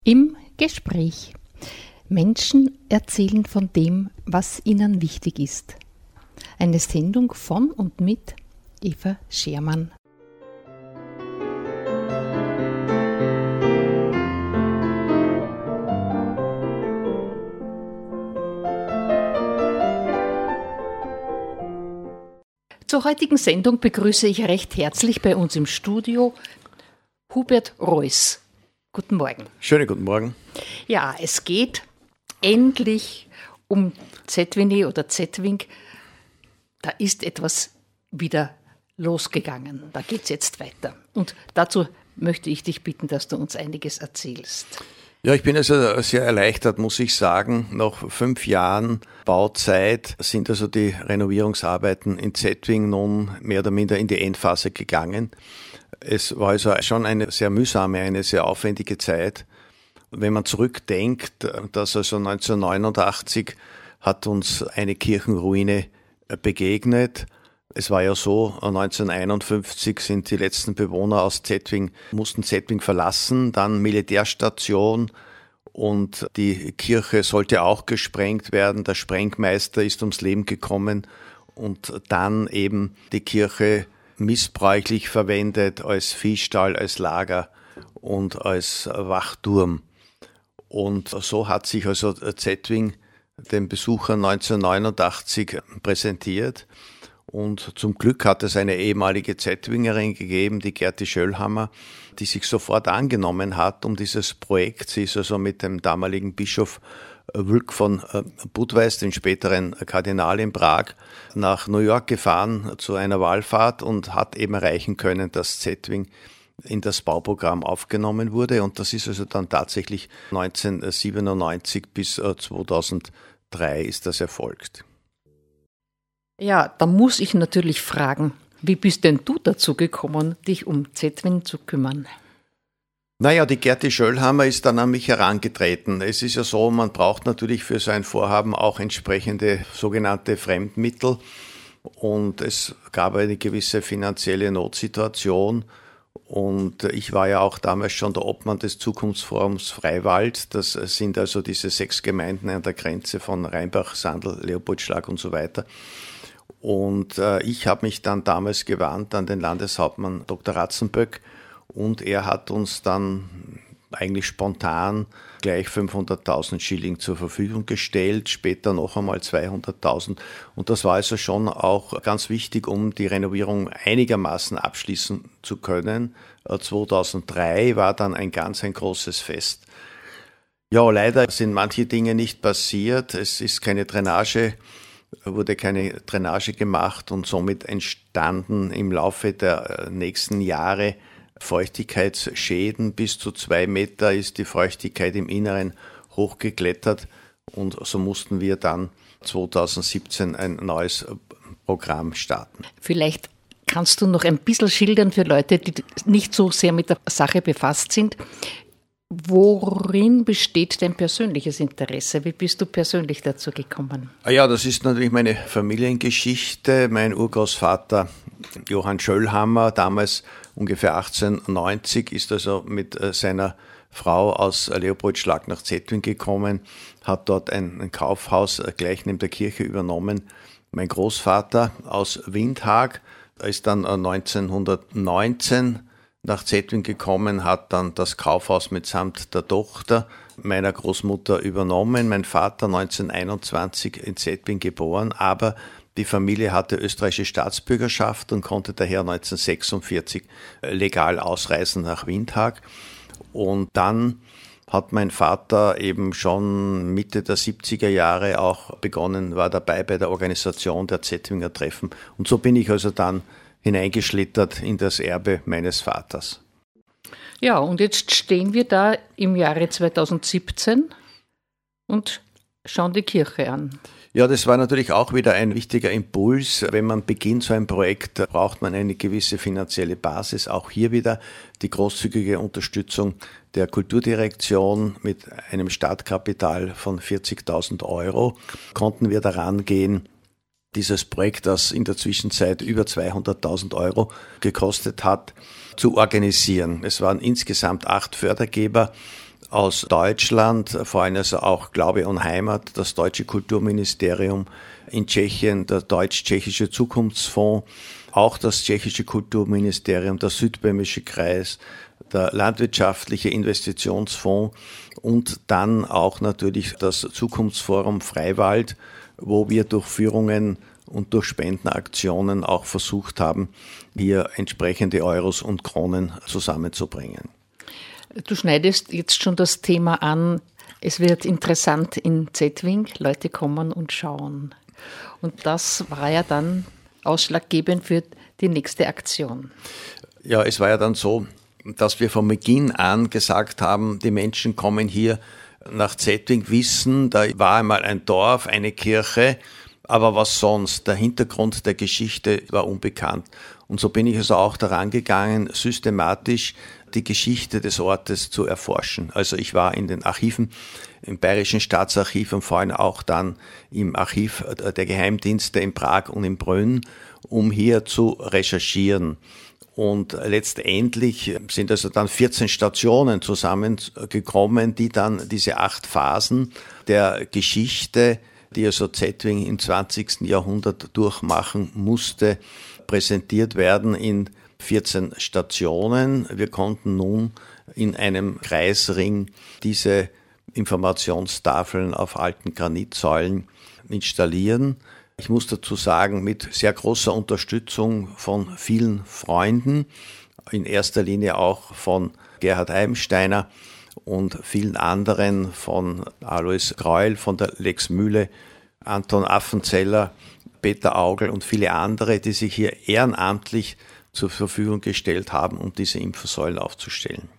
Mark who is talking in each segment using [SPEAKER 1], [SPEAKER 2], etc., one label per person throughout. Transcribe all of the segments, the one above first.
[SPEAKER 1] Im Gespräch. Menschen erzählen von dem, was ihnen wichtig ist. Eine Sendung von und mit Eva Schermann. Zur heutigen Sendung begrüße ich recht herzlich bei uns im Studio Hubert Reuss. Guten Morgen.
[SPEAKER 2] Schönen guten Morgen.
[SPEAKER 1] Ja, es geht endlich um Zetwini oder Zetwing. Da ist etwas wieder losgegangen. Da geht es jetzt weiter. Und dazu möchte ich dich bitten, dass du uns einiges erzählst.
[SPEAKER 2] Ja, ich bin also sehr erleichtert, muss ich sagen. Nach 5 Jahren Bauzeit sind also die Renovierungsarbeiten in Zetwing nun mehr oder minder in die Endphase gegangen. Es war also schon eine sehr mühsame, eine sehr aufwendige Zeit. Wenn man zurückdenkt, dass also 1989 hat uns eine Kirchenruine begegnet. Es war ja so, 1951 sind die letzten Bewohner aus Zetwing, mussten Zetwing verlassen, dann Militärstation und die Kirche sollte auch gesprengt werden. Der Sprengmeister ist ums Leben gekommen und dann eben die Kirche missbräuchlich verwendet als Viehstall, als Lager und als Wachturm. Und so hat sich also Zetwing den Besuchern 1989 präsentiert. Und zum Glück hat es eine ehemalige Zetwingerin gegeben, die Gerti Schöllhammer, die sich sofort angenommen hat um dieses Projekt. Sie ist also mit dem damaligen Bischof Wulk von Budweis, den späteren Kardinal in Prag, nach New York gefahren zu einer Wallfahrt und hat eben erreichen können, dass Zetwing in das Bauprogramm aufgenommen wurde. Und das ist also dann tatsächlich 1997 bis 2003 ist das erfolgt.
[SPEAKER 1] Ja, da muss ich natürlich fragen, wie bist denn du dazu gekommen, dich um Zetwing zu kümmern?
[SPEAKER 2] Naja, die Gerti Schöllhammer ist dann an mich herangetreten. Es ist ja so, man braucht natürlich für so ein Vorhaben auch entsprechende sogenannte Fremdmittel. Und es gab eine gewisse finanzielle Notsituation. Und ich war ja auch damals schon der Obmann des Zukunftsforums Freiwald. Das sind also diese 6 Gemeinden an der Grenze von Rheinbach, Sandl, Leopoldschlag und so weiter. Und ich habe mich dann damals gewandt an den Landeshauptmann Dr. Ratzenböck und er hat uns dann eigentlich spontan gleich 500.000 Schilling zur Verfügung gestellt, später noch einmal 200.000. Und das war also schon auch ganz wichtig, um die Renovierung einigermaßen abschließen zu können. 2003 war dann ein großes Fest. Ja, leider sind manche Dinge nicht passiert. Es ist wurde keine Drainage gemacht und somit entstanden im Laufe der nächsten Jahre Feuchtigkeitsschäden. Bis zu 2 Meter ist die Feuchtigkeit im Inneren hochgeklettert und so mussten wir dann 2017 ein neues Programm starten.
[SPEAKER 1] Vielleicht kannst du noch ein bisschen schildern für Leute, die nicht so sehr mit der Sache befasst sind. Worin besteht dein persönliches Interesse? Wie bist du persönlich dazu gekommen?
[SPEAKER 2] Ja, das ist natürlich meine Familiengeschichte. Mein Urgroßvater Johann Schöllhammer, damals ungefähr 1890, ist also mit seiner Frau aus Leopoldschlag nach Zetwing gekommen, hat dort ein Kaufhaus gleich neben der Kirche übernommen. Mein Großvater aus Windhag ist dann 1919 nach Zetwing gekommen, hat dann das Kaufhaus mitsamt der Tochter meiner Großmutter übernommen. Mein Vater 1921 in Zetwing geboren, aber die Familie hatte österreichische Staatsbürgerschaft und konnte daher 1946 legal ausreisen nach Windhag. Und dann hat mein Vater eben schon Mitte der 70er Jahre auch begonnen, war dabei bei der Organisation der Zetwinger Treffen. Und so bin ich also dann hineingeschlittert in das Erbe meines Vaters.
[SPEAKER 1] Ja, und jetzt stehen wir da im Jahre 2017 und schauen die Kirche an.
[SPEAKER 2] Ja, das war natürlich auch wieder ein wichtiger Impuls. Wenn man beginnt so ein Projekt, braucht man eine gewisse finanzielle Basis. Auch hier wieder die großzügige Unterstützung der Kulturdirektion mit einem Startkapital von 40.000 Euro. Konnten wir daran gehen, dieses Projekt, das in der Zwischenzeit über 200.000 Euro gekostet hat, zu organisieren. Es waren insgesamt 8 Fördergeber aus Deutschland, vor allem also auch Glaube und Heimat, das deutsche Kulturministerium, in Tschechien der Deutsch-Tschechische Zukunftsfonds, auch das tschechische Kulturministerium, der Südböhmische Kreis, der Landwirtschaftliche Investitionsfonds und dann auch natürlich das Zukunftsforum Freiwald, wo wir durch Führungen und durch Spendenaktionen auch versucht haben, hier entsprechende Euros und Kronen zusammenzubringen.
[SPEAKER 1] Du schneidest jetzt schon das Thema an, es wird interessant in Zetwing, Leute kommen und schauen. Und das war ja dann ausschlaggebend für die nächste Aktion.
[SPEAKER 2] Ja, es war ja dann so, dass wir von Beginn an gesagt haben, die Menschen kommen hier nach Zetwing, wissen, da war einmal ein Dorf, eine Kirche, aber was sonst? Der Hintergrund der Geschichte war unbekannt. Und so bin ich also auch daran gegangen, systematisch die Geschichte des Ortes zu erforschen. Also ich war in den Archiven, im Bayerischen Staatsarchiv und vor allem auch dann im Archiv der Geheimdienste in Prag und in Brünn, um hier zu recherchieren. Und letztendlich sind also dann 14 Stationen zusammengekommen, die dann diese 8 Phasen der Geschichte, die also Zetwing im 20. Jahrhundert durchmachen musste, präsentiert werden in 14 Stationen. Wir konnten nun in einem Kreisring diese Informationstafeln auf alten Granitsäulen installieren. Ich muss dazu sagen, mit sehr großer Unterstützung von vielen Freunden, in erster Linie auch von Gerhard Eibensteiner und vielen anderen, von Alois Greuel, von der Lex Mühle, Anton Affenzeller, Peter Augel und viele andere, die sich hier ehrenamtlich zur Verfügung gestellt haben, um diese Infosäulen aufzustellen.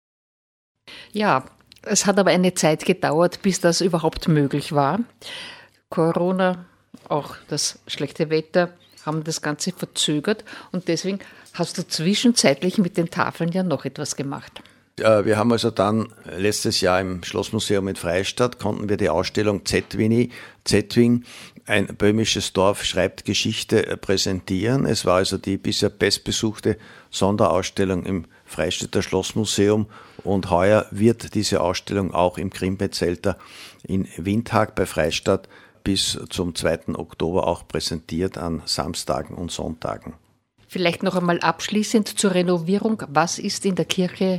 [SPEAKER 1] Ja, es hat aber eine Zeit gedauert, bis das überhaupt möglich war. Corona, auch das schlechte Wetter haben das Ganze verzögert und deswegen hast du zwischenzeitlich mit den Tafeln ja noch etwas gemacht.
[SPEAKER 2] Wir haben also dann letztes Jahr im Schlossmuseum in Freistadt konnten wir die Ausstellung Zetwing, ein böhmisches Dorf schreibt Geschichte, präsentieren. Es war also die bisher bestbesuchte Sonderausstellung im Freistädter Schlossmuseum und heuer wird diese Ausstellung auch im Grimbezelter in Windhag bei Freistadt bis zum 2. Oktober auch präsentiert an Samstagen und Sonntagen.
[SPEAKER 1] Vielleicht noch einmal abschließend zur Renovierung. Was ist in der Kirche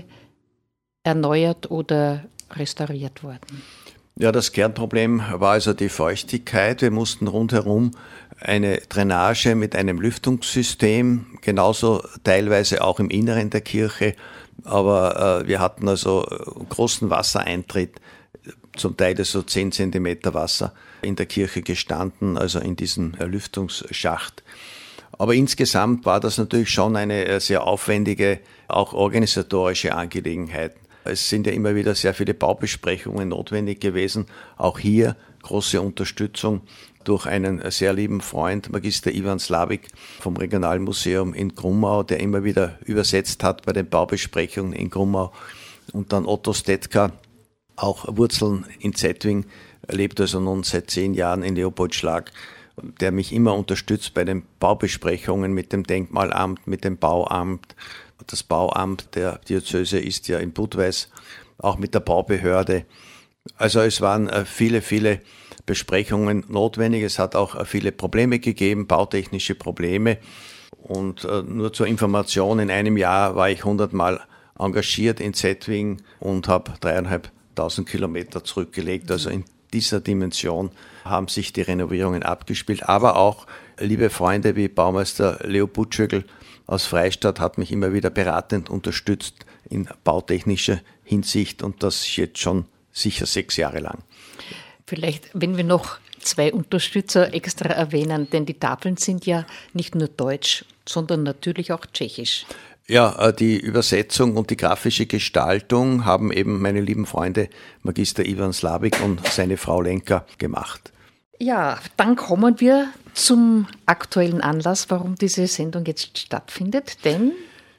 [SPEAKER 1] erneuert oder restauriert worden?
[SPEAKER 2] Ja, das Kernproblem war also die Feuchtigkeit. Wir mussten rundherum eine Drainage mit einem Lüftungssystem, genauso teilweise auch im Inneren der Kirche, aber wir hatten also großen Wassereintritt, zum Teil so 10 Zentimeter Wasser in der Kirche gestanden, also in diesem Lüftungsschacht. Aber insgesamt war das natürlich schon eine sehr aufwendige, auch organisatorische Angelegenheit. Es sind ja immer wieder sehr viele Baubesprechungen notwendig gewesen. Auch hier große Unterstützung durch einen sehr lieben Freund, Magister Ivan Slavik vom Regionalmuseum in Grummau, der immer wieder übersetzt hat bei den Baubesprechungen in Grummau. Und dann Otto Stetka, auch Wurzeln in Zetwing, lebt also nun seit 10 Jahren in Leopoldschlag, der mich immer unterstützt bei den Baubesprechungen mit dem Denkmalamt, mit dem Bauamt. Das Bauamt der Diözese ist ja in Budweis, auch mit der Baubehörde. Also es waren viele Besprechungen notwendig. Es hat auch viele Probleme gegeben, bautechnische Probleme. Und nur zur Information, in einem Jahr war ich 100 Mal engagiert in Zetwing und habe 3.500 Kilometer zurückgelegt. Also in dieser Dimension haben sich die Renovierungen abgespielt. Aber auch liebe Freunde wie Baumeister Leo Butschögl aus Freistadt hat mich immer wieder beratend unterstützt in bautechnischer Hinsicht und das jetzt schon sicher 6 Jahre lang.
[SPEAKER 1] Vielleicht, wenn wir noch 2 Unterstützer extra erwähnen, denn die Tafeln sind ja nicht nur deutsch, sondern natürlich auch tschechisch.
[SPEAKER 2] Ja, die Übersetzung und die grafische Gestaltung haben eben meine lieben Freunde Magister Ivan Slavik und seine Frau Lenka gemacht.
[SPEAKER 1] Ja, dann kommen wir zum aktuellen Anlass, warum diese Sendung jetzt stattfindet, denn...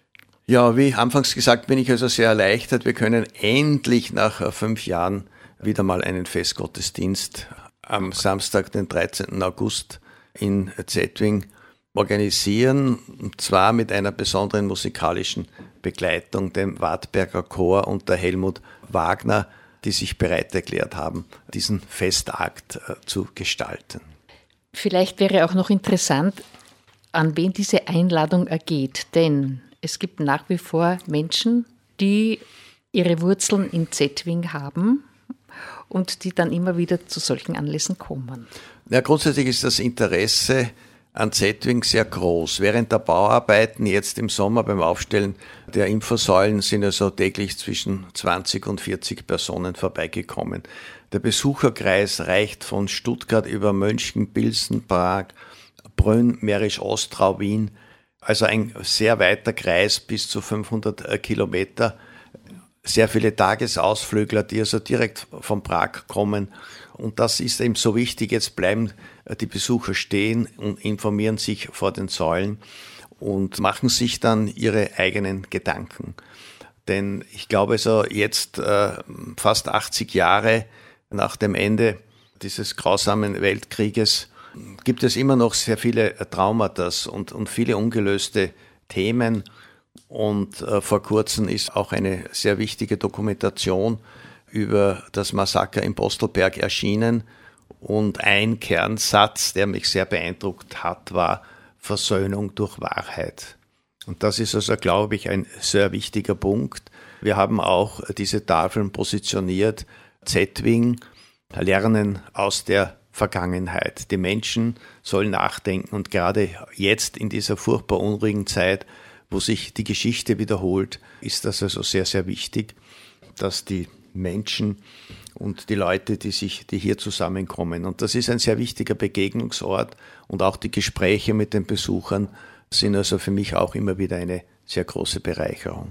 [SPEAKER 2] Ja, wie anfangs gesagt, bin ich also sehr erleichtert. Wir können endlich nach 5 Jahren wieder mal einen Festgottesdienst am Samstag, den 13. August in Zetwing organisieren, und zwar mit einer besonderen musikalischen Begleitung, dem Wartberger Chor und der Helmut Wagner, die sich bereit erklärt haben, diesen Festakt zu gestalten.
[SPEAKER 1] Vielleicht wäre auch noch interessant, an wen diese Einladung ergeht, denn es gibt nach wie vor Menschen, die ihre Wurzeln in Zettwing haben und die dann immer wieder zu solchen Anlässen kommen.
[SPEAKER 2] Ja, grundsätzlich ist das Interesse an Zettwing sehr groß. Während der Bauarbeiten jetzt im Sommer beim Aufstellen der Infosäulen sind also täglich zwischen 20 und 40 Personen vorbeigekommen. Der Besucherkreis reicht von Stuttgart über München, Pilsen, Prag, Brünn, Mährisch-Ostrau, Wien. Also ein sehr weiter Kreis bis zu 500 Kilometer. Sehr viele Tagesausflügler, die also direkt von Prag kommen. Und das ist eben so wichtig. Jetzt bleiben die Besucher stehen und informieren sich vor den Säulen und machen sich dann ihre eigenen Gedanken. Denn ich glaube, so jetzt fast 80 Jahre nach dem Ende dieses grausamen Weltkrieges gibt es immer noch sehr viele Traumata und viele ungelöste Themen. Und vor kurzem ist auch eine sehr wichtige Dokumentation über das Massaker in Postelberg erschienen. Und ein Kernsatz, der mich sehr beeindruckt hat, war Versöhnung durch Wahrheit. Und das ist also, glaube ich, ein sehr wichtiger Punkt. Wir haben auch diese Tafeln positioniert, Zettwing, Lernen aus der Vergangenheit. Die Menschen sollen nachdenken und gerade jetzt in dieser furchtbar unruhigen Zeit, wo sich die Geschichte wiederholt, ist das also sehr, sehr wichtig, dass die Menschen und die Leute, die hier zusammenkommen. Und das ist ein sehr wichtiger Begegnungsort und auch die Gespräche mit den Besuchern sind also für mich auch immer wieder eine sehr große Bereicherung.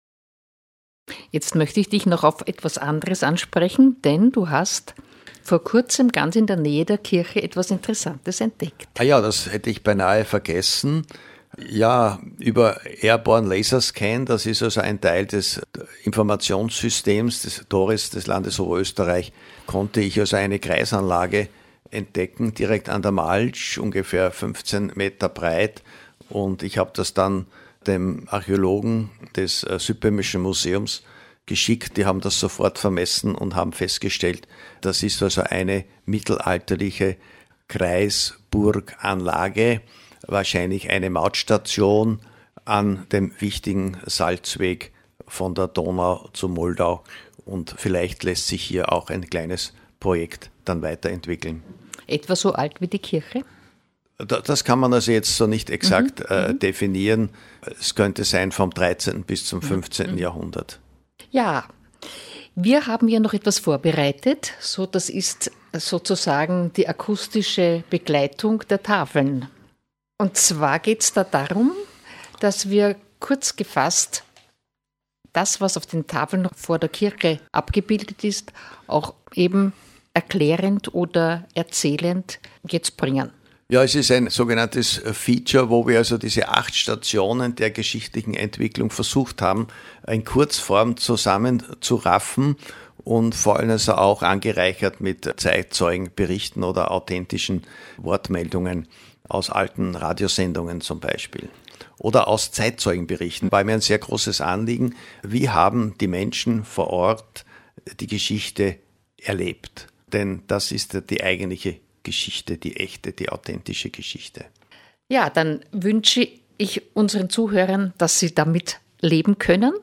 [SPEAKER 1] Jetzt möchte ich dich noch auf etwas anderes ansprechen, denn du hast vor kurzem ganz in der Nähe der Kirche etwas Interessantes entdeckt.
[SPEAKER 2] Ah ja, das hätte ich beinahe vergessen. Ja, über Airborne Laser Scan, das ist also ein Teil des Informationssystems des TORIS des Landes Oberösterreich, konnte ich also eine Kreisanlage entdecken, direkt an der Malsch, ungefähr 15 Meter breit. Und ich habe das dann dem Archäologen des Südböhmischen Museums geschickt. Die haben das sofort vermessen und haben festgestellt, das ist also eine mittelalterliche Kreisburganlage, wahrscheinlich eine Mautstation an dem wichtigen Salzweg von der Donau zu Moldau. Und vielleicht lässt sich hier auch ein kleines Projekt dann weiterentwickeln.
[SPEAKER 1] Etwa so alt wie die Kirche?
[SPEAKER 2] Das kann man also jetzt so nicht exakt definieren. Es könnte sein vom 13. bis zum 15. Jahrhundert.
[SPEAKER 1] Ja, wir haben ja noch etwas vorbereitet. So, das ist sozusagen die akustische Begleitung der Tafeln. Und zwar geht es da darum, dass wir kurz gefasst das, was auf den Tafeln vor der Kirche abgebildet ist, auch eben erklärend oder erzählend jetzt bringen.
[SPEAKER 2] Ja, es ist ein sogenanntes Feature, wo wir also diese 8 Stationen der geschichtlichen Entwicklung versucht haben, in Kurzform zusammenzuraffen und vor allem also auch angereichert mit Zeitzeugenberichten oder authentischen Wortmeldungen aus alten Radiosendungen zum Beispiel. Oder aus Zeitzeugenberichten war mir ein sehr großes Anliegen, wie haben die Menschen vor Ort die Geschichte erlebt? Denn das ist die eigentliche Geschichte, die echte, die authentische Geschichte.
[SPEAKER 1] Ja, dann wünsche ich unseren Zuhörern, dass sie damit leben können.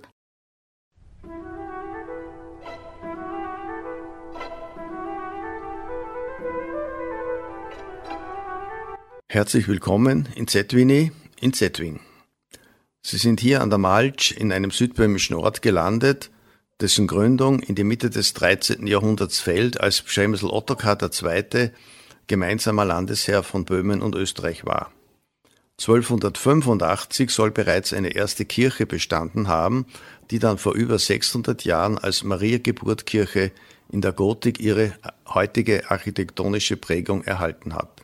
[SPEAKER 2] Herzlich willkommen in Zettwini in Zettwing. Sie sind hier an der Malsch in einem südböhmischen Ort gelandet, dessen Gründung in die Mitte des 13. Jahrhunderts fällt, als Przemysl Ottokar II. Gemeinsamer Landesherr von Böhmen und Österreich war. 1285 soll bereits eine erste Kirche bestanden haben, die dann vor über 600 Jahren als Mariageburtkirche in der Gotik ihre heutige architektonische Prägung erhalten hat.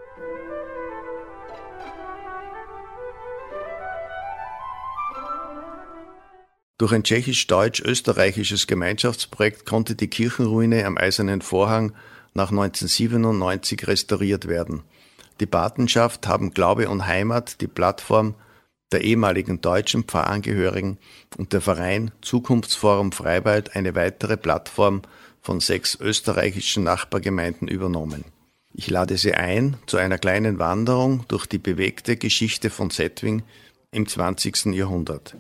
[SPEAKER 2] Durch ein tschechisch-deutsch-österreichisches Gemeinschaftsprojekt konnte die Kirchenruine am Eisernen Vorhang nach 1997 restauriert werden. Die Patenschaft haben Glaube und Heimat, die Plattform der ehemaligen deutschen Pfarrangehörigen und der Verein Zukunftsforum Freiwald eine weitere Plattform von 6 österreichischen Nachbargemeinden übernommen. Ich lade Sie ein zu einer kleinen Wanderung durch die bewegte Geschichte von Zettwing im 20. Jahrhundert.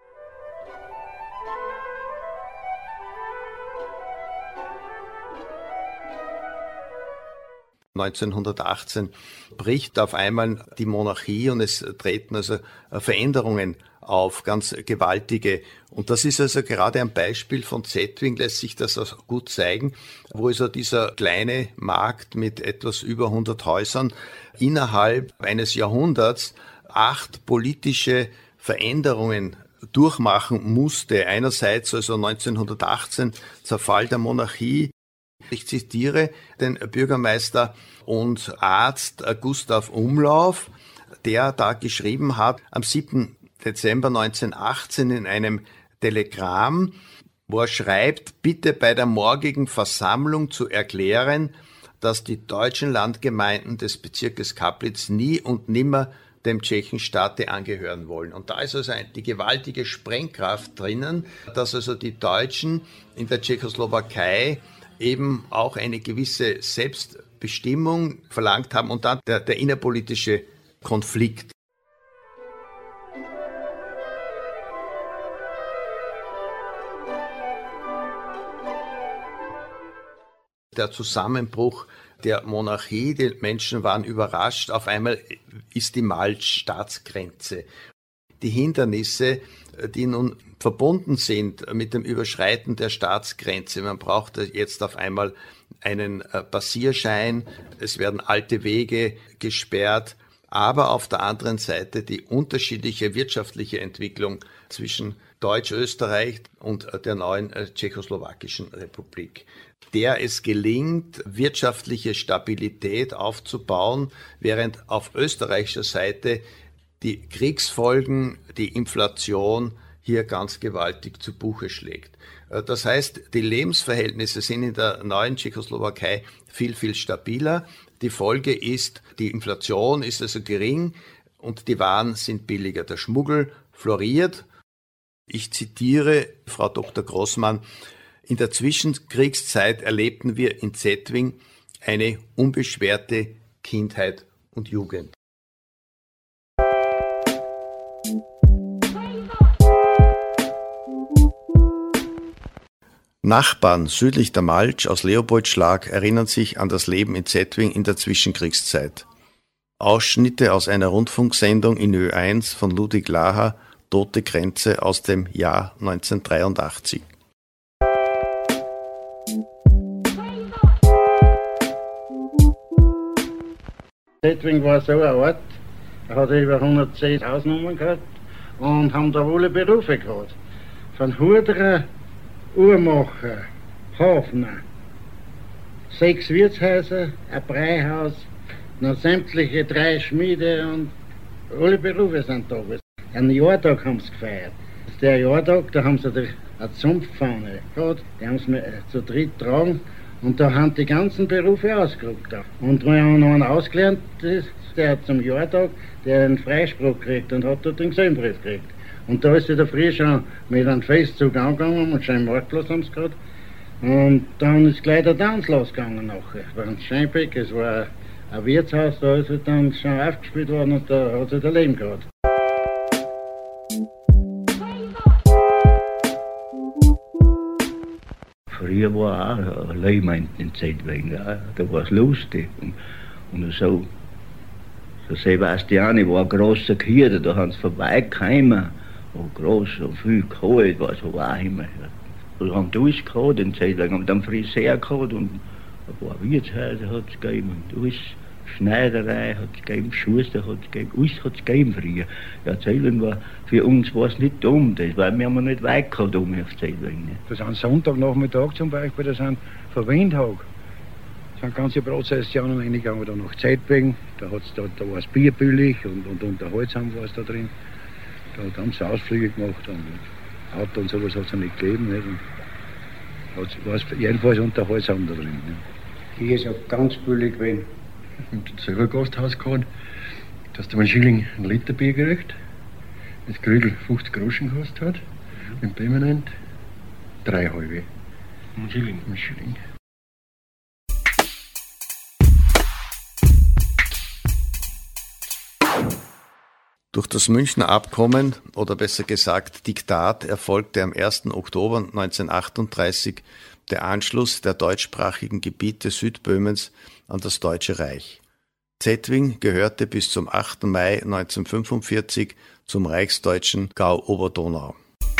[SPEAKER 2] (1918) bricht auf einmal die Monarchie und es treten also Veränderungen auf, ganz gewaltige. Und das ist also gerade ein Beispiel von Zettwing, lässt sich das also gut zeigen, wo also dieser kleine Markt mit etwas über 100 Häusern innerhalb eines Jahrhunderts 8 politische Veränderungen durchmachen musste. Einerseits also 1918 Zerfall der Monarchie. Ich zitiere den Bürgermeister und Arzt Gustav Umlauf, der da geschrieben hat, am 7. Dezember 1918 in einem Telegramm, wo er schreibt, bitte bei der morgigen Versammlung zu erklären, dass die deutschen Landgemeinden des Bezirkes Kaplitz nie und nimmer dem Tschechenstaate angehören wollen. Und da ist also die gewaltige Sprengkraft drinnen, dass also die Deutschen in der Tschechoslowakei eben auch eine gewisse Selbstbestimmung verlangt haben und dann der innerpolitische Konflikt. Der Zusammenbruch der Monarchie, die Menschen waren überrascht, auf einmal ist die Malz-Staatsgrenze. Die Hindernisse, die nun verbunden sind mit dem Überschreiten der Staatsgrenze. Man braucht jetzt auf einmal einen Passierschein, es werden alte Wege gesperrt, aber auf der anderen Seite die unterschiedliche wirtschaftliche Entwicklung zwischen Deutsch-Österreich und der neuen tschechoslowakischen Republik, der es gelingt, wirtschaftliche Stabilität aufzubauen, während auf österreichischer Seite die Kriegsfolgen, die Inflation hier ganz gewaltig zu Buche schlägt. Das heißt, die Lebensverhältnisse sind in der neuen Tschechoslowakei viel, viel stabiler. Die Folge ist, die Inflation ist also gering und die Waren sind billiger. Der Schmuggel floriert. Ich zitiere Frau Dr. Grossmann, in der Zwischenkriegszeit erlebten wir in Zettwing eine unbeschwerte Kindheit und Jugend. Nachbarn südlich der Malch aus Leopoldschlag erinnern sich an das Leben in Zettwing in der Zwischenkriegszeit. Ausschnitte aus einer Rundfunksendung in Ö1 von Ludwig Laher, Tote Grenze aus dem Jahr 1983.
[SPEAKER 3] Zettwing war so ein Ort, er hat über 110 Hausnummern gehabt und haben da alle Berufe gehabt. Von Hurderer, Uhrmacher, Hafner, 6 Wirtshäuser, ein Breihaus, noch sämtliche 3 Schmiede und alle Berufe sind da gewesen. Einen Jahrtag haben sie gefeiert. Der Jahrtag, da haben sie eine Zumpfpfanne gehabt, die haben sie zu dritt getragen und da haben die ganzen Berufe ausgerückt. Und wir haben noch einen ausgelernt, der hat zum Jahrtag der einen Freispruch gekriegt und hat dort den Gesellenbrief gekriegt. Und da ist sie da früh schon mit einem Festzug angegangen und schon im Marktplatz haben sie gehabt. Und dann ist gleich der Tanz losgegangen nachher. Es war ein Scheinbeck, es war ein Wirtshaus, da ist es dann schon aufgespielt worden und da hat sie da Leben gehabt.
[SPEAKER 4] Früher war auch ein Leben in Zettwing, ja. Da war es lustig. Und so Sebastiani war ein grosser Kirche, da haben sie vorbeigekommen. Und gross und viel kalt, was auch immer. Wir haben Dusch gehabt in Zettwing, und dann Friseur gehabt und ein paar Wirtshäuser hat es gegeben und alles. Schneiderei hat es gegeben, Schuster hat es gegeben, alles hat es gegeben früher. Ja, Zettwing war, für uns war es nicht dumm, weil wir haben nicht weit gehabt auf Zettwing.
[SPEAKER 5] Das sind Sonntagnachmittag zum Beispiel, das sind Verwendtag. Das sind ganze Prozessionen reingegangen, da nach Zettwing, da war es Bier billig und unterhaltsam war es da drin. Da haben sie Ausflüge gemacht und Auto und sowas hat es ja nicht gegeben. Nicht? Und war es jedenfalls unterhaltsam da drin.
[SPEAKER 3] Hier ist auch ganz billig gewesen.
[SPEAKER 5] Und selber Gasthaus gehabt, dass du einen Schilling ein Liter Bier gekriegt, das Krügel 50 Groschen gekostet hat, und permanent 3,5.
[SPEAKER 6] Ein Schilling.
[SPEAKER 5] Ein Schilling.
[SPEAKER 2] Durch das Münchner Abkommen, oder besser gesagt Diktat, erfolgte am 1. Oktober 1938 der Anschluss der deutschsprachigen Gebiete Südböhmens an das Deutsche Reich. Zetwing gehörte bis zum 8. Mai 1945 zum reichsdeutschen Gau Oberdonau.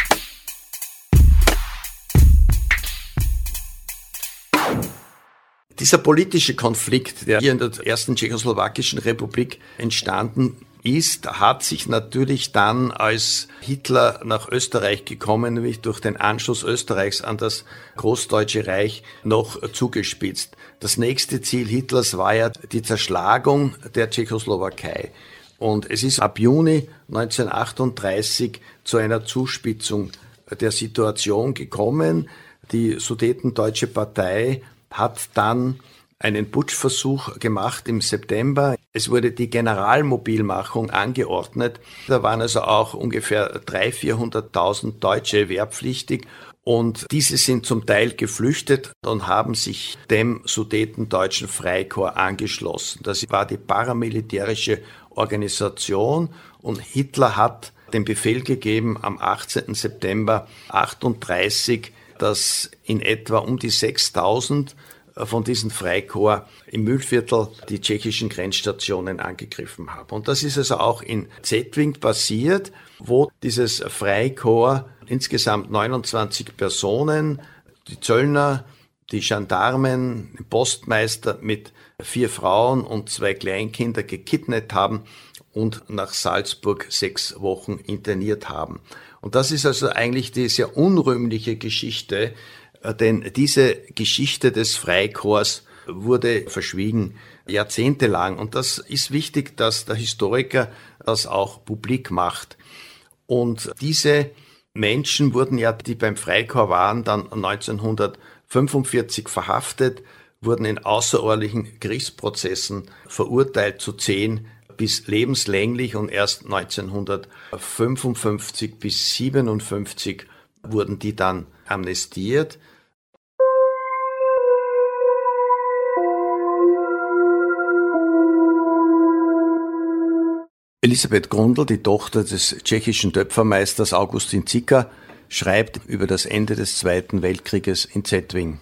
[SPEAKER 2] Dieser politische Konflikt, der hier in der ersten tschechoslowakischen Republik entstanden ist, hat sich natürlich dann, als Hitler nach Österreich gekommen, nämlich durch den Anschluss Österreichs an das Großdeutsche Reich, noch zugespitzt. Das nächste Ziel Hitlers war ja die Zerschlagung der Tschechoslowakei. Und es ist ab Juni 1938 zu einer Zuspitzung der Situation gekommen. Die Sudetendeutsche Partei hat dann einen Putschversuch gemacht im September. Es wurde die Generalmobilmachung angeordnet. Da waren also auch ungefähr 300.000, 400.000 Deutsche wehrpflichtig. Und diese sind zum Teil geflüchtet und haben sich dem Sudetendeutschen Freikorps angeschlossen. Das war die paramilitärische Organisation und Hitler hat den Befehl gegeben am 18. September 1938, dass in etwa um die 6.000 von diesen Freikorps im Mühlviertel die tschechischen Grenzstationen angegriffen haben. Und das ist also auch in Zetwing passiert, wo dieses Freikorps insgesamt 29 Personen, die Zöllner, die Gendarmen, den Postmeister mit 4 Frauen und 2 Kleinkinder gekidnappt haben und nach Salzburg 6 Wochen interniert haben. Und das ist also eigentlich die sehr unrühmliche Geschichte, denn diese Geschichte des Freikorps wurde verschwiegen, jahrzehntelang. Und das ist wichtig, dass der Historiker das auch publik macht. Und diese Menschen wurden ja, die beim Freikorps waren, dann 1945 verhaftet, wurden in außerordentlichen Gerichtsprozessen verurteilt zu 10 bis lebenslänglich und erst 1955 bis 57 wurden die dann amnestiert. Elisabeth Grundl, die Tochter des tschechischen Töpfermeisters Augustin Zicker, schreibt über das Ende des Zweiten Weltkrieges in Zetwing.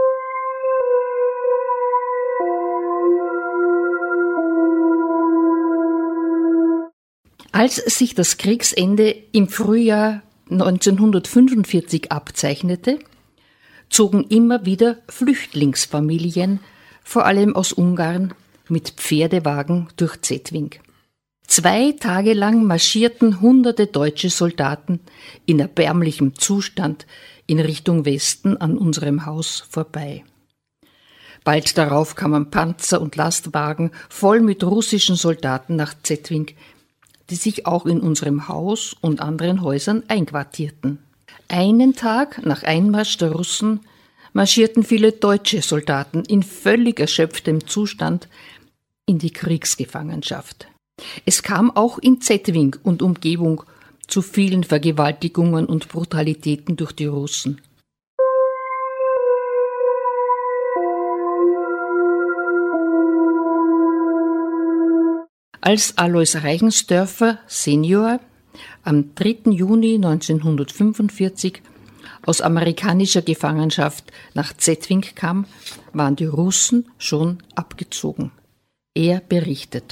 [SPEAKER 1] Als sich das Kriegsende im Frühjahr 1945 abzeichnete, zogen immer wieder Flüchtlingsfamilien, vor allem aus Ungarn, mit Pferdewagen durch Zetwing. 2 Tage lang marschierten hunderte deutsche Soldaten in erbärmlichem Zustand in Richtung Westen an unserem Haus vorbei. Bald darauf kamen Panzer und Lastwagen voll mit russischen Soldaten nach Zetwing, die sich auch in unserem Haus und anderen Häusern einquartierten. Einen Tag nach Einmarsch der Russen marschierten viele deutsche Soldaten in völlig erschöpftem Zustand in die Kriegsgefangenschaft. Es kam auch in Zetwing und Umgebung zu vielen Vergewaltigungen und Brutalitäten durch die Russen. Als Alois Reichensdörfer Senior am 3. Juni 1945 aus amerikanischer Gefangenschaft nach Zetwing kam, waren die Russen schon abgezogen. Er berichtet: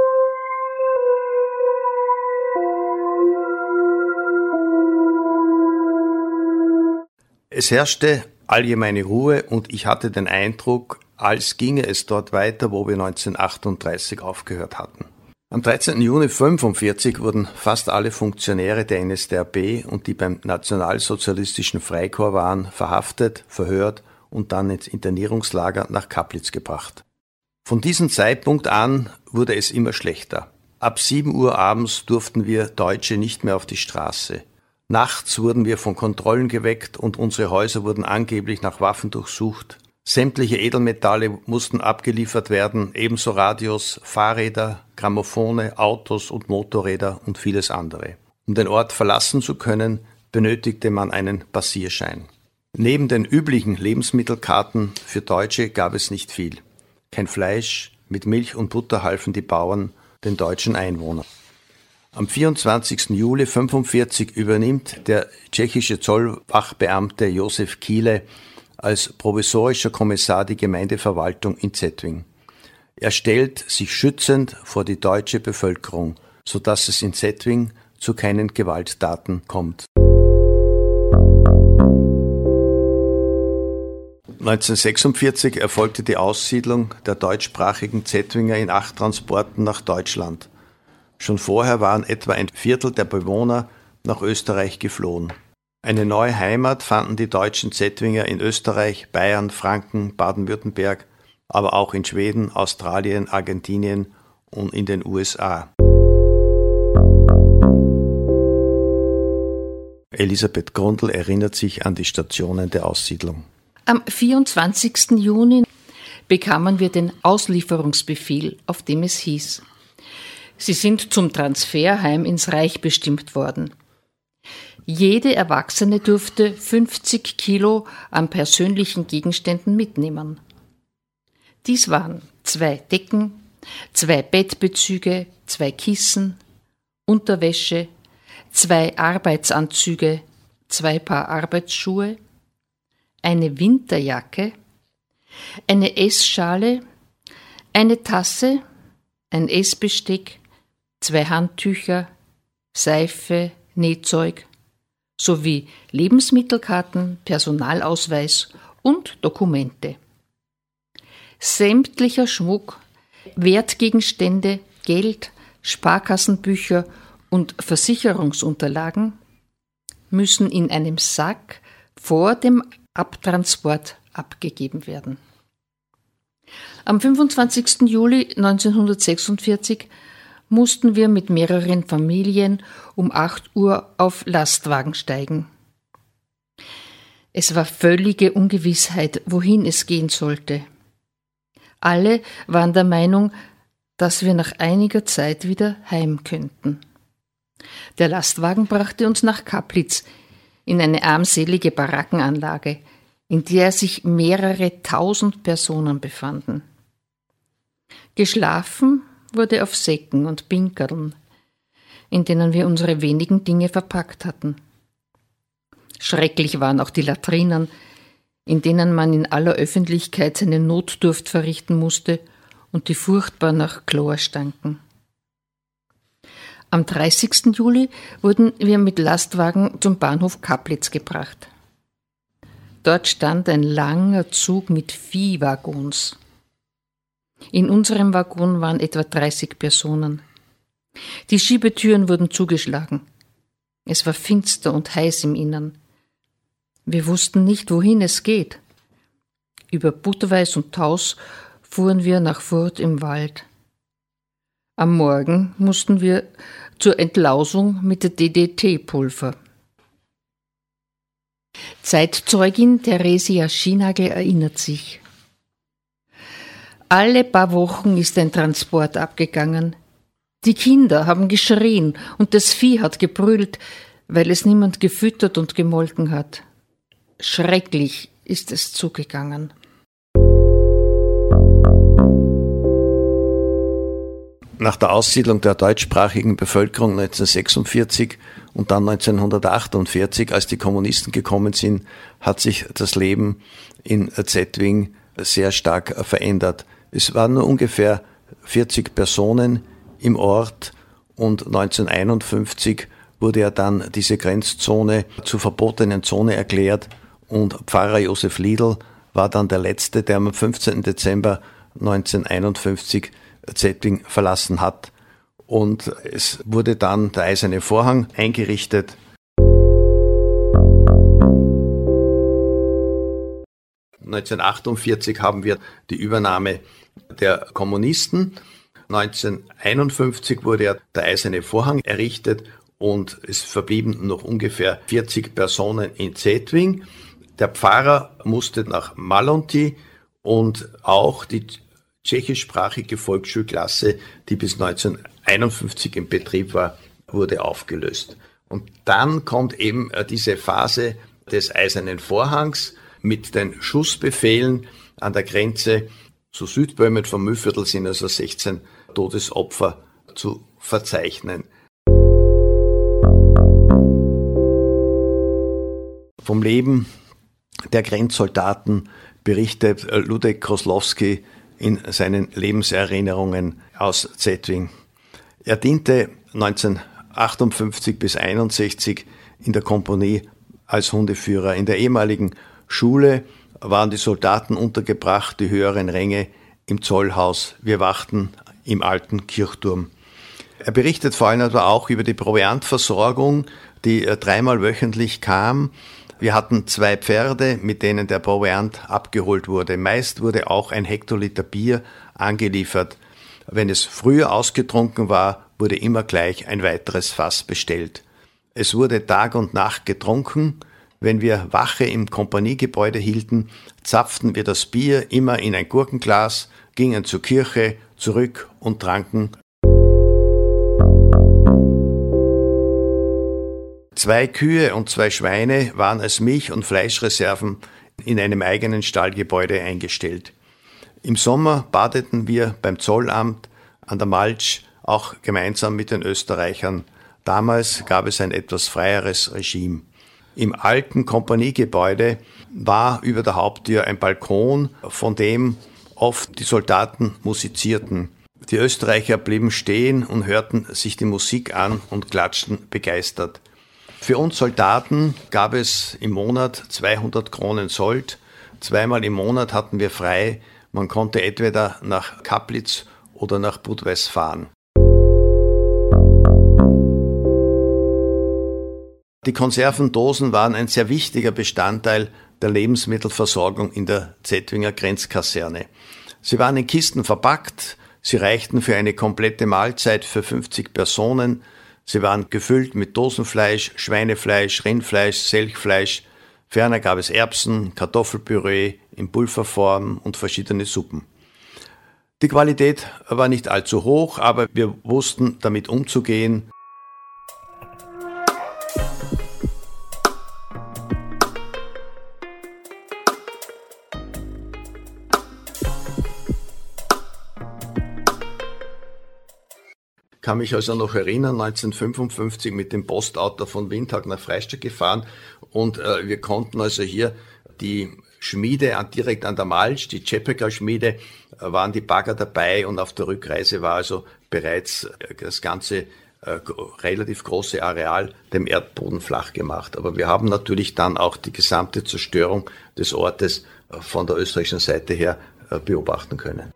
[SPEAKER 2] Es herrschte allgemeine Ruhe und ich hatte den Eindruck, als ginge es dort weiter, wo wir 1938 aufgehört hatten. Am 13. Juni 1945 wurden fast alle Funktionäre der NSDAP und die beim Nationalsozialistischen Freikorps waren, verhaftet, verhört und dann ins Internierungslager nach Kaplitz gebracht. Von diesem Zeitpunkt an wurde es immer schlechter. Ab 7 Uhr abends durften wir Deutsche nicht mehr auf die Straße. Nachts wurden wir von Kontrollen geweckt und unsere Häuser wurden angeblich nach Waffen durchsucht. Sämtliche Edelmetalle mussten abgeliefert werden, ebenso Radios, Fahrräder, Grammophone, Autos und Motorräder und vieles andere. Um den Ort verlassen zu können, benötigte man einen Passierschein. Neben den üblichen Lebensmittelkarten für Deutsche gab es nicht viel. Kein Fleisch, mit Milch und Butter halfen die Bauern den deutschen Einwohnern. Am 24. Juli 1945 übernimmt der tschechische Zollwachbeamte Josef Kiele als provisorischer Kommissar die Gemeindeverwaltung in Zetwing. Er stellt sich schützend vor die deutsche Bevölkerung, sodass es in Zetwing zu keinen Gewalttaten kommt. 1946 erfolgte die Aussiedlung der deutschsprachigen Zetwinger in 8 Transporten nach Deutschland. Schon vorher waren etwa ein Viertel der Bewohner nach Österreich geflohen. Eine neue Heimat fanden die deutschen Zetwinger in Österreich, Bayern, Franken, Baden-Württemberg, aber auch in Schweden, Australien, Argentinien und in den USA. Elisabeth Grundl erinnert sich an die Stationen der Aussiedlung.
[SPEAKER 1] Am 24. Juni bekamen wir den Auslieferungsbefehl, auf dem es hieß: Sie sind zum Transferheim ins Reich bestimmt worden. Jede Erwachsene durfte 50 Kilo an persönlichen Gegenständen mitnehmen. Dies waren 2 Decken, 2 Bettbezüge, 2 Kissen, Unterwäsche, 2 Arbeitsanzüge, 2 Paar Arbeitsschuhe, eine Winterjacke, eine Essschale, eine Tasse, ein Essbesteck, 2 Handtücher, Seife, Nähzeug sowie Lebensmittelkarten, Personalausweis und Dokumente. Sämtlicher Schmuck, Wertgegenstände, Geld, Sparkassenbücher und Versicherungsunterlagen müssen in einem Sack vor dem Abtransport abgegeben werden. Am 25. Juli 1946 mussten wir mit mehreren Familien um 8 Uhr auf Lastwagen steigen. Es war völlige Ungewissheit, wohin es gehen sollte. Alle waren der Meinung, dass wir nach einiger Zeit wieder heim könnten. Der Lastwagen brachte uns nach Kaplitz in eine armselige Barackenanlage, in der sich mehrere tausend Personen befanden. Geschlafen wurde auf Säcken und Pinkerln, in denen wir unsere wenigen Dinge verpackt hatten. Schrecklich waren auch die Latrinen, in denen man in aller Öffentlichkeit seine Notdurft verrichten musste und die furchtbar nach Chlor stanken. Am 30. Juli wurden wir mit Lastwagen zum Bahnhof Kaplitz gebracht. Dort stand ein langer Zug mit Viehwaggons. In unserem Waggon waren etwa 30 Personen. Die Schiebetüren wurden zugeschlagen. Es war finster und heiß im Innern. Wir wussten nicht, wohin es geht. Über Butterweiß und Taus fuhren wir nach Furth im Wald. Am Morgen mussten wir zur Entlausung mit der DDT-Pulver. Zeitzeugin Theresia Schienagel erinnert sich: Alle paar Wochen ist ein Transport abgegangen. Die Kinder haben geschrien und das Vieh hat gebrüllt, weil es niemand gefüttert und gemolken hat. Schrecklich ist es zugegangen.
[SPEAKER 2] Nach der Aussiedlung der deutschsprachigen Bevölkerung 1946 und dann 1948, als die Kommunisten gekommen sind, hat sich das Leben in Zetwing sehr stark verändert. Es waren nur ungefähr 40 Personen im Ort und 1951 wurde ja dann diese Grenzzone zur verbotenen Zone erklärt und Pfarrer Josef Liedl war dann der Letzte, der am 15. Dezember 1951 Zetwing verlassen hat. Und es wurde dann der Eiserne Vorhang eingerichtet. 1948 haben wir die Übernahme der Kommunisten. 1951 wurde ja der Eiserne Vorhang errichtet und es verblieben noch ungefähr 40 Personen in Zetwing. Der Pfarrer musste nach Malonti und auch die tschechischsprachige Volksschulklasse, die bis 1951 in Betrieb war, wurde aufgelöst. Und dann kommt eben diese Phase des Eisernen Vorhangs mit den Schussbefehlen an der Grenze zu Südböhmen vom Mühlviertel sind also 16 Todesopfer zu verzeichnen. Vom Leben der Grenzsoldaten berichtet Ludek Koslowski in seinen Lebenserinnerungen aus Zetwing. Er diente 1958 bis 1961 in der Kompanie als Hundeführer. In der ehemaligen Schule waren die Soldaten untergebracht, die höheren Ränge im Zollhaus. Wir wachten im alten Kirchturm. Er berichtet vor allem aber auch über die Proviantversorgung, die 3-mal wöchentlich kam. Wir hatten 2 Pferde, mit denen der Proviant abgeholt wurde. Meist wurde auch 1 Hektoliter Bier angeliefert. Wenn es früher ausgetrunken war, wurde immer gleich ein weiteres Fass bestellt. Es wurde Tag und Nacht getrunken. Wenn wir Wache im Kompaniegebäude hielten, zapften wir das Bier immer in ein Gurkenglas, gingen zur Kirche, zurück und tranken. 2 Kühe und 2 Schweine waren als Milch- und Fleischreserven in einem eigenen Stallgebäude eingestellt. Im Sommer badeten wir beim Zollamt an der Malsch, auch gemeinsam mit den Österreichern. Damals gab es ein etwas freieres Regime. Im alten Kompaniegebäude war über der Haupttür ein Balkon, von dem oft die Soldaten musizierten. Die Österreicher blieben stehen und hörten sich die Musik an und klatschten begeistert. Für uns Soldaten gab es im Monat 200 Kronen Sold. 2-mal im Monat hatten wir frei. Man konnte entweder nach Kaplitz oder nach Budweis fahren. Die Konservendosen waren ein sehr wichtiger Bestandteil der Lebensmittelversorgung in der Zetwinger Grenzkaserne. Sie waren in Kisten verpackt, sie reichten für eine komplette Mahlzeit für 50 Personen, sie waren gefüllt mit Dosenfleisch, Schweinefleisch, Rindfleisch, Selchfleisch, ferner gab es Erbsen, Kartoffelpüree in Pulverform und verschiedene Suppen. Die Qualität war nicht allzu hoch, aber wir wussten damit umzugehen. Ich kann mich also noch erinnern, 1955 mit dem Postauto von Windhag nach Freistadt gefahren und wir konnten also hier die Schmiede direkt an der Malsch, die Czepeker Schmiede, waren die Bagger dabei und auf der Rückreise war also bereits das ganze relativ große Areal dem Erdboden flach gemacht. Aber wir haben natürlich dann auch die gesamte Zerstörung des Ortes von der österreichischen Seite her beobachten können.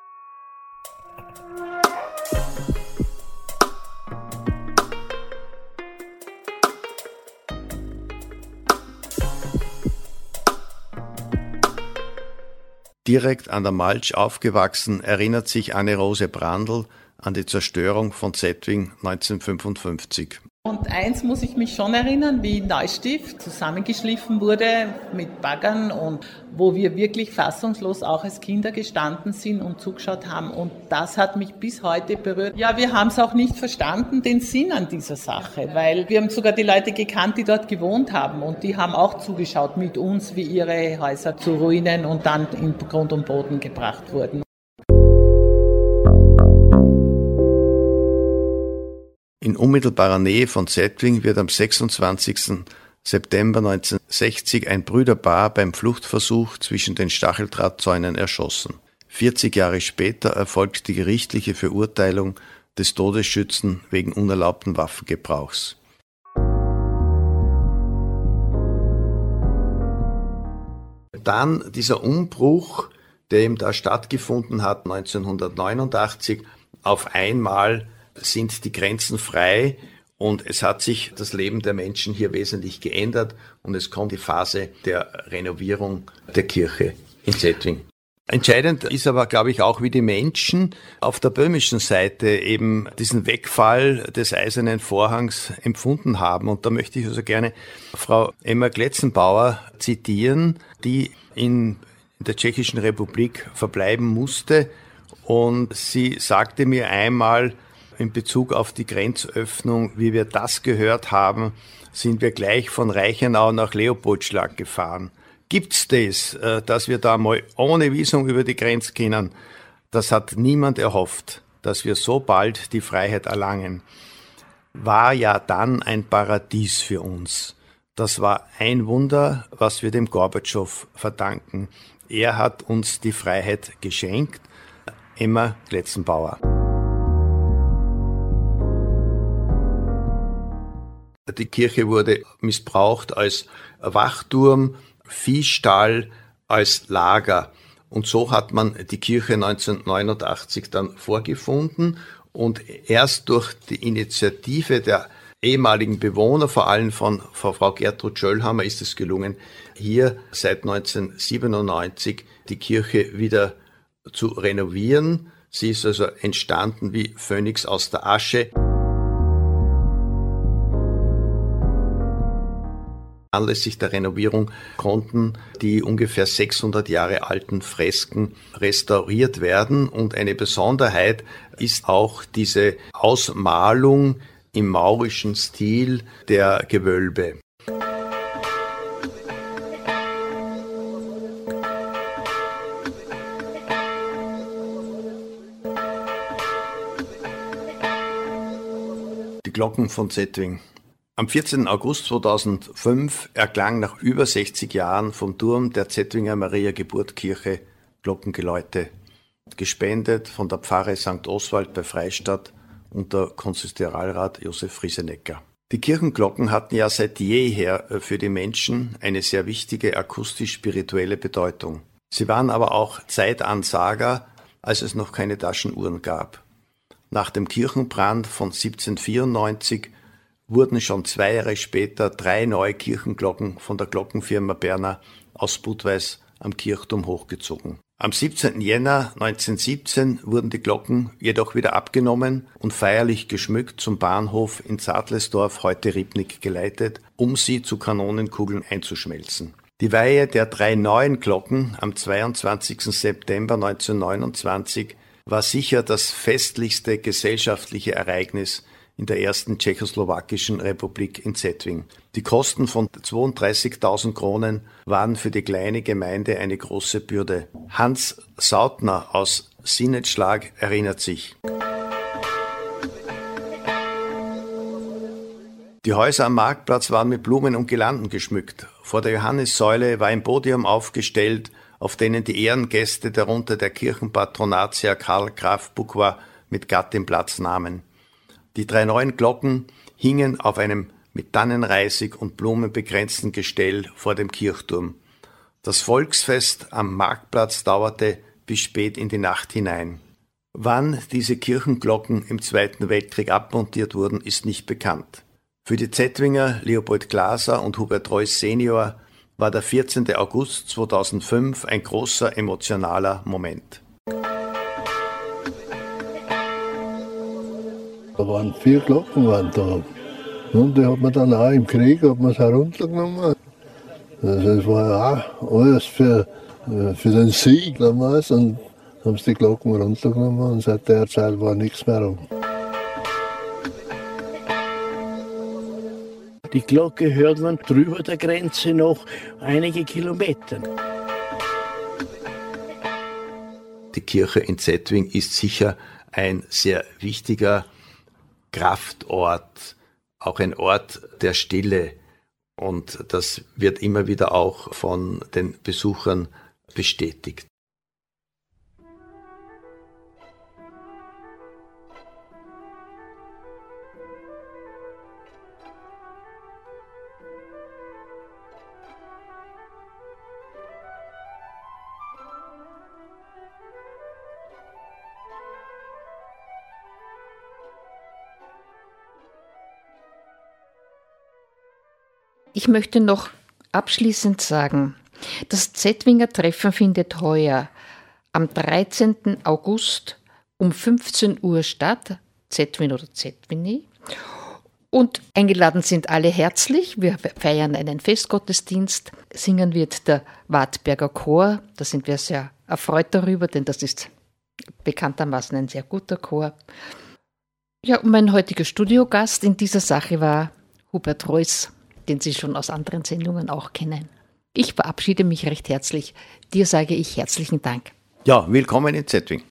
[SPEAKER 2] Direkt an der Malsch aufgewachsen, erinnert sich Anne-Rose Brandl an die Zerstörung von Zetwing 1955.
[SPEAKER 6] Und eins muss ich mich schon erinnern, wie Neustift zusammengeschliffen wurde mit Baggern und wo wir wirklich fassungslos auch als Kinder gestanden sind und zugeschaut haben. Und das hat mich bis heute berührt. Ja, wir haben es auch nicht verstanden, den Sinn an dieser Sache, weil wir haben sogar die Leute gekannt, die dort gewohnt haben und die haben auch zugeschaut mit uns, wie ihre Häuser zu Ruinen und dann in Grund und Boden gebracht wurden.
[SPEAKER 2] In unmittelbarer Nähe von Zetwing wird am 26. September 1960 ein Brüderpaar beim Fluchtversuch zwischen den Stacheldrahtzäunen erschossen. 40 Jahre später erfolgt die gerichtliche Verurteilung des Todesschützen wegen unerlaubten Waffengebrauchs. Dann dieser Umbruch, der eben da stattgefunden hat 1989, auf einmal sind die Grenzen frei und es hat sich das Leben der Menschen hier wesentlich geändert und es kommt die Phase der Renovierung der Kirche in Zetwing. Entscheidend ist aber, glaube ich, auch, wie die Menschen auf der böhmischen Seite eben diesen Wegfall des Eisernen Vorhangs empfunden haben. Und da möchte ich also gerne Frau Emma Gletzenbauer zitieren, die in in der Tschechischen Republik verbleiben musste. Und sie sagte mir einmal in Bezug auf die Grenzöffnung, wie wir das gehört haben, sind wir gleich von Reichenau nach Leopoldschlag gefahren. Gibt's das, dass wir da mal ohne Visum über die Grenze können? Das hat niemand erhofft, dass wir so bald die Freiheit erlangen. War ja dann ein Paradies für uns. Das war ein Wunder, was wir dem Gorbatschow verdanken. Er hat uns die Freiheit geschenkt. Emma Gletzenbauer. Die Kirche wurde missbraucht als Wachturm, Viehstall, als Lager. Und so hat man die Kirche 1989 dann vorgefunden. Und erst durch die Initiative der ehemaligen Bewohner, vor allem von Frau Gertrud Schöllhammer, ist es gelungen, hier seit 1997 die Kirche wieder zu renovieren. Sie ist also entstanden wie Phönix aus der Asche. Anlässlich der Renovierung konnten die ungefähr 600 Jahre alten Fresken restauriert werden. Und eine Besonderheit ist auch diese Ausmalung im maurischen Stil der Gewölbe. Die Glocken von Zetwing. Am 14. August 2005 erklang nach über 60 Jahren vom Turm der Zetwinger Maria-Geburt-Kirche Glockengeläute, gespendet von der Pfarre St. Oswald bei Freistadt unter Konsistorialrat Josef Friesenecker. Die Kirchenglocken hatten ja seit jeher für die Menschen eine sehr wichtige akustisch-spirituelle Bedeutung. Sie waren aber auch Zeitansager, als es noch keine Taschenuhren gab. Nach dem Kirchenbrand von 1794 wurden schon 2 Jahre später 3 neue Kirchenglocken von der Glockenfirma Berner aus Budweis am Kirchturm hochgezogen. Am 17. Jänner 1917 wurden die Glocken jedoch wieder abgenommen und feierlich geschmückt zum Bahnhof in Zadlesdorf, heute Ribnik, geleitet, um sie zu Kanonenkugeln einzuschmelzen. Die Weihe der 3 neuen Glocken am 22. September 1929 war sicher das festlichste gesellschaftliche Ereignis in der ersten tschechoslowakischen Republik in Zetwing. Die Kosten von 32.000 Kronen waren für die kleine Gemeinde eine große Bürde. Hans Sautner aus Sinetschlag erinnert sich. Die Häuser am Marktplatz waren mit Blumen und Girlanden geschmückt. Vor der Johannissäule war ein Podium aufgestellt, auf denen die Ehrengäste, darunter der Kirchenpatronatsherr Karl Graf Bucquoy, mit Gattin Platz nahmen. Die 3 neuen Glocken hingen auf einem mit Tannenreisig und Blumen begrenzten Gestell vor dem Kirchturm. Das Volksfest am Marktplatz dauerte bis spät in die Nacht hinein. Wann diese Kirchenglocken im Zweiten Weltkrieg abmontiert wurden, ist nicht bekannt. Für die Zetwinger Leopold Glaser und Hubert Reuss Senior war der 14. August 2005 ein großer emotionaler Moment.
[SPEAKER 7] Da waren 4 Glocken da. Und die hat man dann auch im Krieg heruntergenommen. Also es war ja auch alles für den Sieg damals. Und haben sie die Glocken runtergenommen und seit der Zeit war nichts mehr rum.
[SPEAKER 8] Die Glocke hört man drüber der Grenze noch einige Kilometer.
[SPEAKER 2] Die Kirche in Zetwing ist sicher ein sehr wichtiger Kraftort, auch ein Ort der Stille. Und das wird immer wieder auch von den Besuchern bestätigt.
[SPEAKER 1] Ich möchte noch abschließend sagen, das Zetwinger Treffen findet heuer am 13. August um 15 Uhr statt, Zetwin oder Zetvini. Und eingeladen sind alle herzlich. Wir feiern einen Festgottesdienst. Singen wird der Wartberger Chor. Da sind wir sehr erfreut darüber, denn das ist bekanntermaßen ein sehr guter Chor. Ja, und mein heutiger Studiogast in dieser Sache war Hubert Reuss, den Sie schon aus anderen Sendungen auch kennen. Ich verabschiede mich recht herzlich. Dir sage ich herzlichen Dank.
[SPEAKER 2] Ja, willkommen in Zetwing.